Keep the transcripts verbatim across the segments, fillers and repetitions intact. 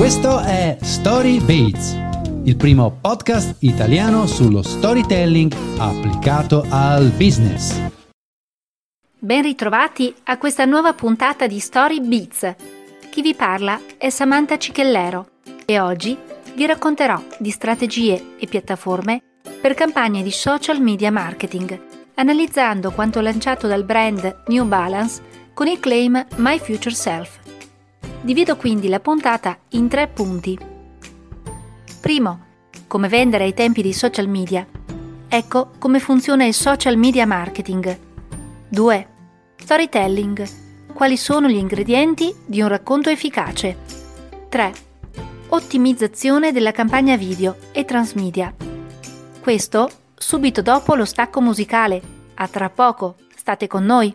Questo è Story Beats, il primo podcast italiano sullo storytelling applicato al business. Ben ritrovati a questa nuova puntata di Story Beats. Chi vi parla è Samantha Cicchellero e oggi vi racconterò di strategie e piattaforme per campagne di social media marketing, analizzando quanto lanciato dal brand New Balance con il claim My Future Self. Divido quindi la puntata in tre punti. Primo, come vendere ai tempi dei social media. Ecco come funziona il social media marketing. due. Storytelling. Quali sono gli ingredienti di un racconto efficace? tre. Ottimizzazione della campagna video e transmedia. Questo subito dopo lo stacco musicale. A tra poco, state con noi!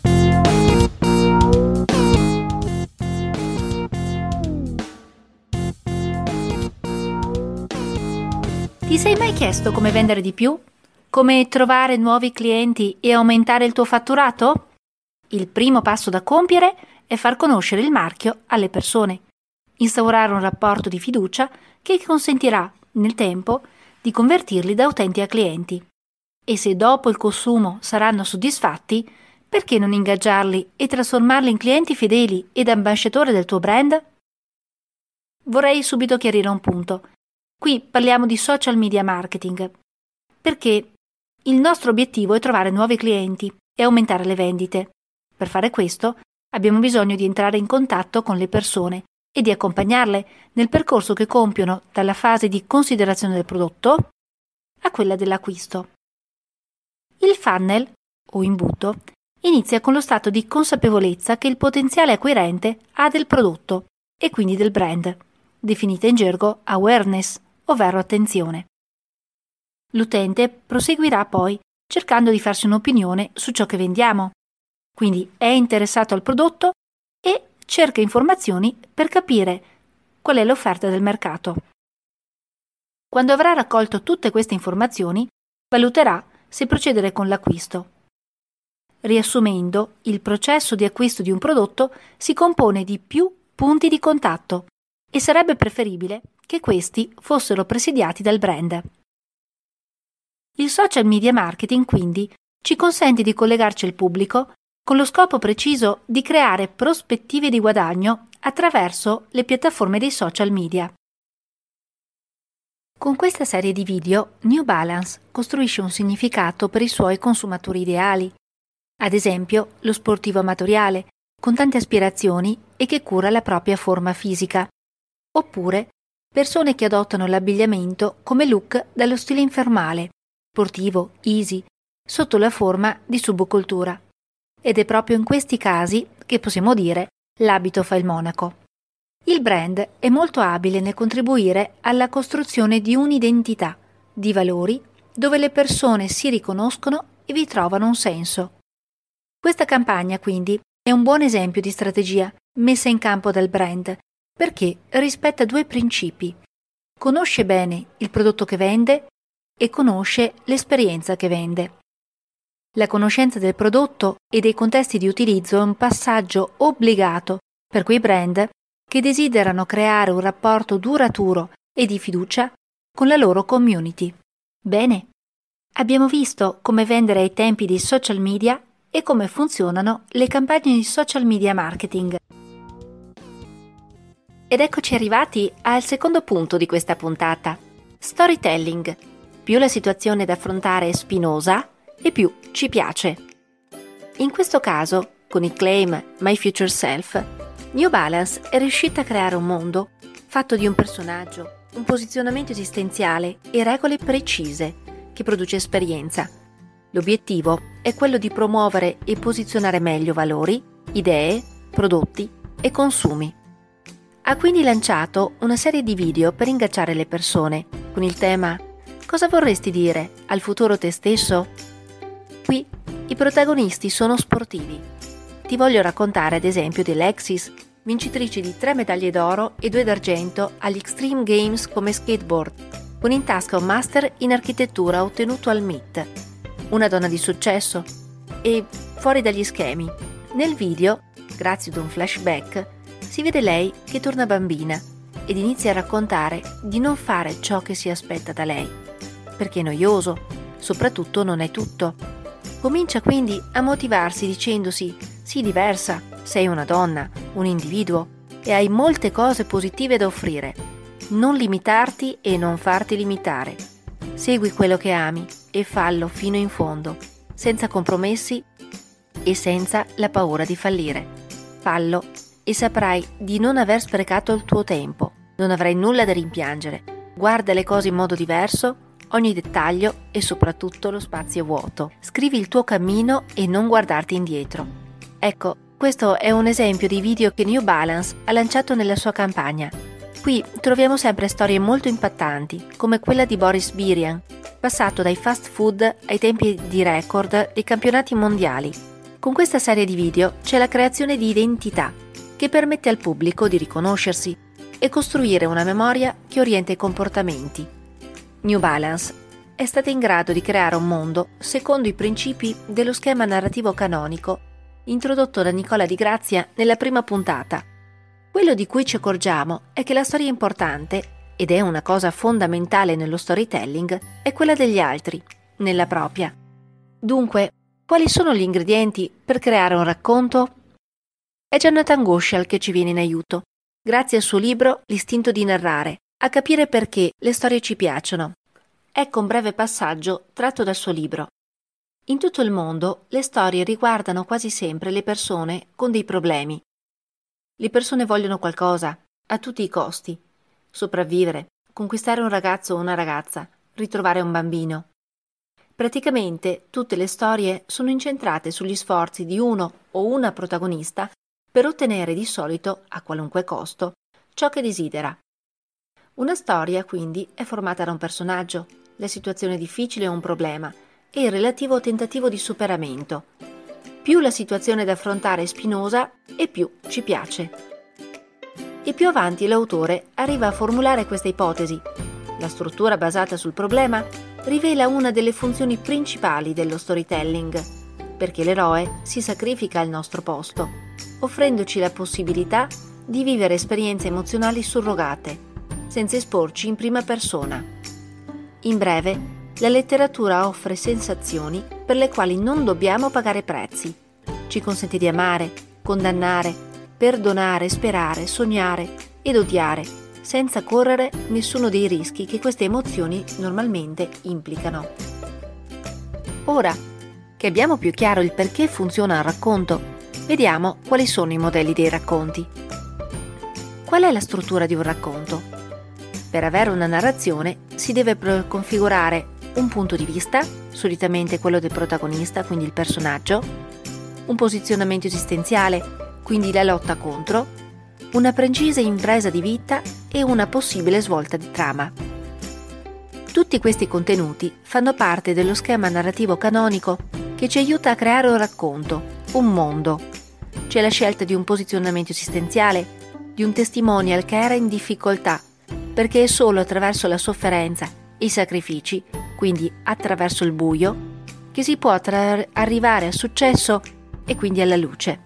Ti sei mai chiesto come vendere di più? Come trovare nuovi clienti e aumentare il tuo fatturato? Il primo passo da compiere è far conoscere il marchio alle persone, instaurare un rapporto di fiducia che consentirà, nel tempo, di convertirli da utenti a clienti. E se dopo il consumo saranno soddisfatti, perché non ingaggiarli e trasformarli in clienti fedeli ed ambasciatori del tuo brand? Vorrei subito chiarire un punto. Qui parliamo di social media marketing, perché il nostro obiettivo è trovare nuovi clienti e aumentare le vendite. Per fare questo abbiamo bisogno di entrare in contatto con le persone e di accompagnarle nel percorso che compiono dalla fase di considerazione del prodotto a quella dell'acquisto. Il funnel, o imbuto, inizia con lo stato di consapevolezza che il potenziale acquirente ha del prodotto e quindi del brand, definita in gergo awareness, ovvero attenzione. L'utente proseguirà poi cercando di farsi un'opinione su ciò che vendiamo, quindi è interessato al prodotto e cerca informazioni per capire qual è l'offerta del mercato. Quando avrà raccolto tutte queste informazioni, valuterà se procedere con l'acquisto. Riassumendo, il processo di acquisto di un prodotto si compone di più punti di contatto e sarebbe preferibile che questi fossero presidiati dal brand. Il social media marketing, quindi, ci consente di collegarci al pubblico con lo scopo preciso di creare prospettive di guadagno attraverso le piattaforme dei social media. Con questa serie di video, New Balance costruisce un significato per i suoi consumatori ideali, ad esempio lo sportivo amatoriale, con tante aspirazioni e che cura la propria forma fisica, oppure persone che adottano l'abbigliamento come look dallo stile informale, sportivo, easy, sotto la forma di subcultura. Ed è proprio in questi casi che possiamo dire l'abito fa il monaco. Il brand è molto abile nel contribuire alla costruzione di un'identità, di valori, dove le persone si riconoscono e vi trovano un senso. Questa campagna, quindi, è un buon esempio di strategia messa in campo dal brand, perché rispetta due principi. Conosce bene il prodotto che vende e conosce l'esperienza che vende. La conoscenza del prodotto e dei contesti di utilizzo è un passaggio obbligato per quei brand che desiderano creare un rapporto duraturo e di fiducia con la loro community. Bene, abbiamo visto come vendere ai tempi dei social media e come funzionano le campagne di social media marketing. Ed eccoci arrivati al secondo punto di questa puntata. Storytelling. Più la situazione da affrontare è spinosa e più ci piace. In questo caso, con il claim My Future Self, New Balance è riuscita a creare un mondo fatto di un personaggio, un posizionamento esistenziale e regole precise che produce esperienza. L'obiettivo è quello di promuovere e posizionare meglio valori, idee, prodotti e consumi. Ha quindi lanciato una serie di video per ingaggiare le persone con il tema "Cosa vorresti dire al futuro te stesso?". Qui i protagonisti sono sportivi. Ti voglio raccontare ad esempio di Lexis, vincitrice di tre medaglie d'oro e due d'argento agli Extreme Games come skateboard, con in tasca un master in architettura ottenuto al M I T. Una donna di successo e fuori dagli schemi. Nel video, grazie ad un flashback, si vede lei che torna bambina ed inizi a raccontare di non fare ciò che si aspetta da lei, perché è noioso, soprattutto non è tutto. Comincia quindi a motivarsi dicendosi: sii diversa, sei una donna, un individuo e hai molte cose positive da offrire. Non limitarti e non farti limitare. Segui quello che ami e fallo fino in fondo, senza compromessi e senza la paura di fallire. Fallo e saprai di non aver sprecato il tuo tempo. Non avrai nulla da rimpiangere. Guarda le cose in modo diverso, ogni dettaglio e soprattutto lo spazio vuoto. Scrivi il tuo cammino e non guardarti indietro. Ecco, questo è un esempio di video che New Balance ha lanciato nella sua campagna. Qui troviamo sempre storie molto impattanti, come quella di Boris Birian, passato dai fast food ai tempi di record dei campionati mondiali. Con questa serie di video c'è la creazione di identità, che permette al pubblico di riconoscersi e costruire una memoria che orienta i comportamenti. New Balance è stata in grado di creare un mondo secondo i principi dello schema narrativo canonico introdotto da Nicola Di Grazia nella prima puntata. Quello di cui ci accorgiamo è che la storia importante, ed è una cosa fondamentale nello storytelling, è quella degli altri, nella propria. Dunque, quali sono gli ingredienti per creare un racconto? È Jonathan Goshal che ci viene in aiuto, grazie al suo libro L'istinto di narrare, a capire perché le storie ci piacciono. Ecco un breve passaggio tratto dal suo libro. In tutto il mondo le storie riguardano quasi sempre le persone con dei problemi. Le persone vogliono qualcosa, a tutti i costi. Sopravvivere, conquistare un ragazzo o una ragazza, ritrovare un bambino. Praticamente tutte le storie sono incentrate sugli sforzi di uno o una protagonista per ottenere di solito, a qualunque costo, ciò che desidera. Una storia, quindi, è formata da un personaggio, la situazione difficile o un problema e il relativo tentativo di superamento. Più la situazione da affrontare è spinosa e più ci piace. E più avanti l'autore arriva a formulare questa ipotesi. La struttura basata sul problema rivela una delle funzioni principali dello storytelling, perché l'eroe si sacrifica al nostro posto, offrendoci la possibilità di vivere esperienze emozionali surrogate, senza esporci in prima persona. In breve, la letteratura offre sensazioni per le quali non dobbiamo pagare prezzi. Ci consente di amare, condannare, perdonare, sperare, sognare ed odiare, senza correre nessuno dei rischi che queste emozioni normalmente implicano. Ora che abbiamo più chiaro il perché funziona un racconto, vediamo quali sono i modelli dei racconti. Qual è la struttura di un racconto? Per avere una narrazione si deve configurare un punto di vista, solitamente quello del protagonista, quindi il personaggio, un posizionamento esistenziale, quindi la lotta contro, una precisa impresa di vita e una possibile svolta di trama. Tutti questi contenuti fanno parte dello schema narrativo canonico che ci aiuta a creare un racconto, un mondo. C'è la scelta di un posizionamento esistenziale, di un testimonial che era in difficoltà, perché è solo attraverso la sofferenza e i sacrifici, quindi attraverso il buio, che si può tra- arrivare al successo e quindi alla luce.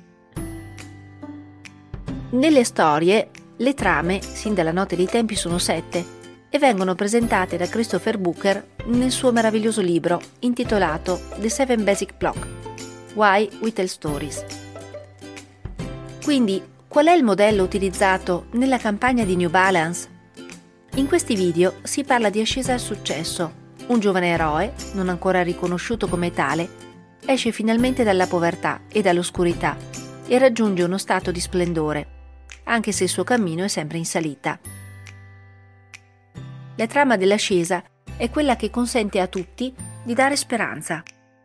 Nelle storie, le trame, sin dalla notte dei tempi, sono sette e vengono presentate da Christopher Booker nel suo meraviglioso libro intitolato The Seven Basic Plot: Why We Tell Stories. Quindi, qual è il modello utilizzato nella campagna di New Balance? In questi video si parla di ascesa al successo. Un giovane eroe, non ancora riconosciuto come tale, esce finalmente dalla povertà e dall'oscurità e raggiunge uno stato di splendore, anche se il suo cammino è sempre in salita. La trama dell'ascesa è quella che consente a tutti di dare speranza.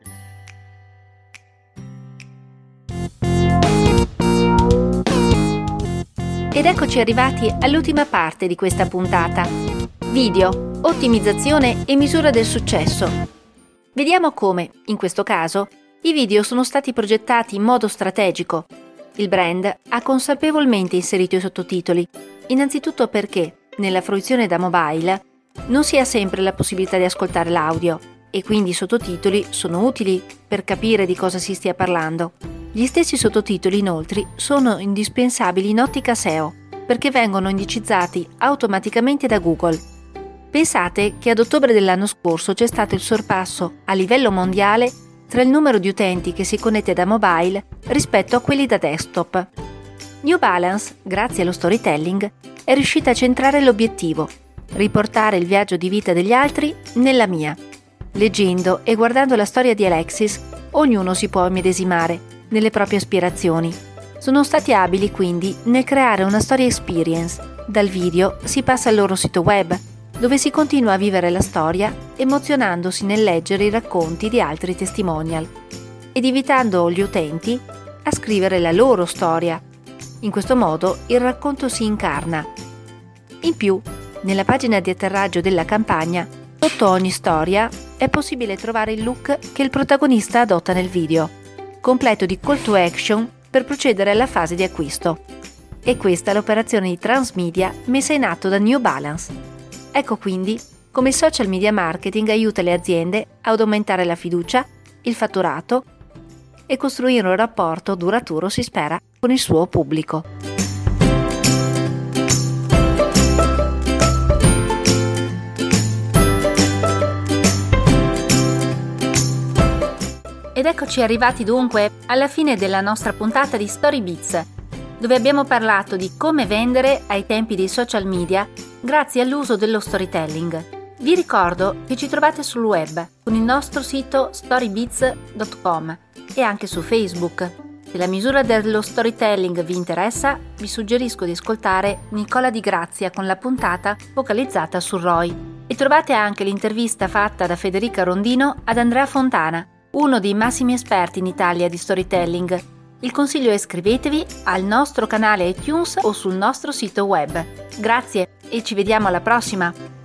Ed eccoci arrivati all'ultima parte di questa puntata. Video, ottimizzazione e misura del successo. Vediamo come, in questo caso, i video sono stati progettati in modo strategico. Il brand ha consapevolmente inserito i sottotitoli, innanzitutto perché, nella fruizione da mobile, non si ha sempre la possibilità di ascoltare l'audio e quindi i sottotitoli sono utili per capire di cosa si stia parlando. Gli stessi sottotitoli, inoltre, sono indispensabili in ottica S E O perché vengono indicizzati automaticamente da Google. Pensate che ad ottobre dell'anno scorso c'è stato il sorpasso a livello mondiale tra il numero di utenti che si connette da mobile rispetto a quelli da desktop. New Balance, grazie allo storytelling, è riuscita a centrare l'obiettivo, riportare il viaggio di vita degli altri nella mia. Leggendo e guardando la storia di Alexis, ognuno si può immedesimare nelle proprie aspirazioni. Sono stati abili quindi nel creare una storia experience. Dal video si passa al loro sito web, dove si continua a vivere la storia emozionandosi nel leggere i racconti di altri testimonial ed invitando gli utenti a scrivere la loro storia. In questo modo il racconto si incarna. In più, nella pagina di atterraggio della campagna, sotto ogni storia è possibile trovare il look che il protagonista adotta nel video, completo di call to action per procedere alla fase di acquisto. E questa è l'operazione di transmedia messa in atto da New Balance. Ecco quindi come il social media marketing aiuta le aziende ad aumentare la fiducia, il fatturato e costruire un rapporto duraturo, si spera, con il suo pubblico. Ed eccoci arrivati dunque alla fine della nostra puntata di Storybeats, dove abbiamo parlato di come vendere ai tempi dei social media grazie all'uso dello storytelling. Vi ricordo che ci trovate sul web con il nostro sito storybeats punto com e anche su Facebook. Se la misura dello storytelling vi interessa, vi suggerisco di ascoltare Nicola Di Grazia con la puntata focalizzata su R O I. E trovate anche l'intervista fatta da Federica Rondino ad Andrea Fontana, uno dei massimi esperti in Italia di storytelling. Il consiglio è iscrivetevi al nostro canale iTunes o sul nostro sito web. Grazie e ci vediamo alla prossima!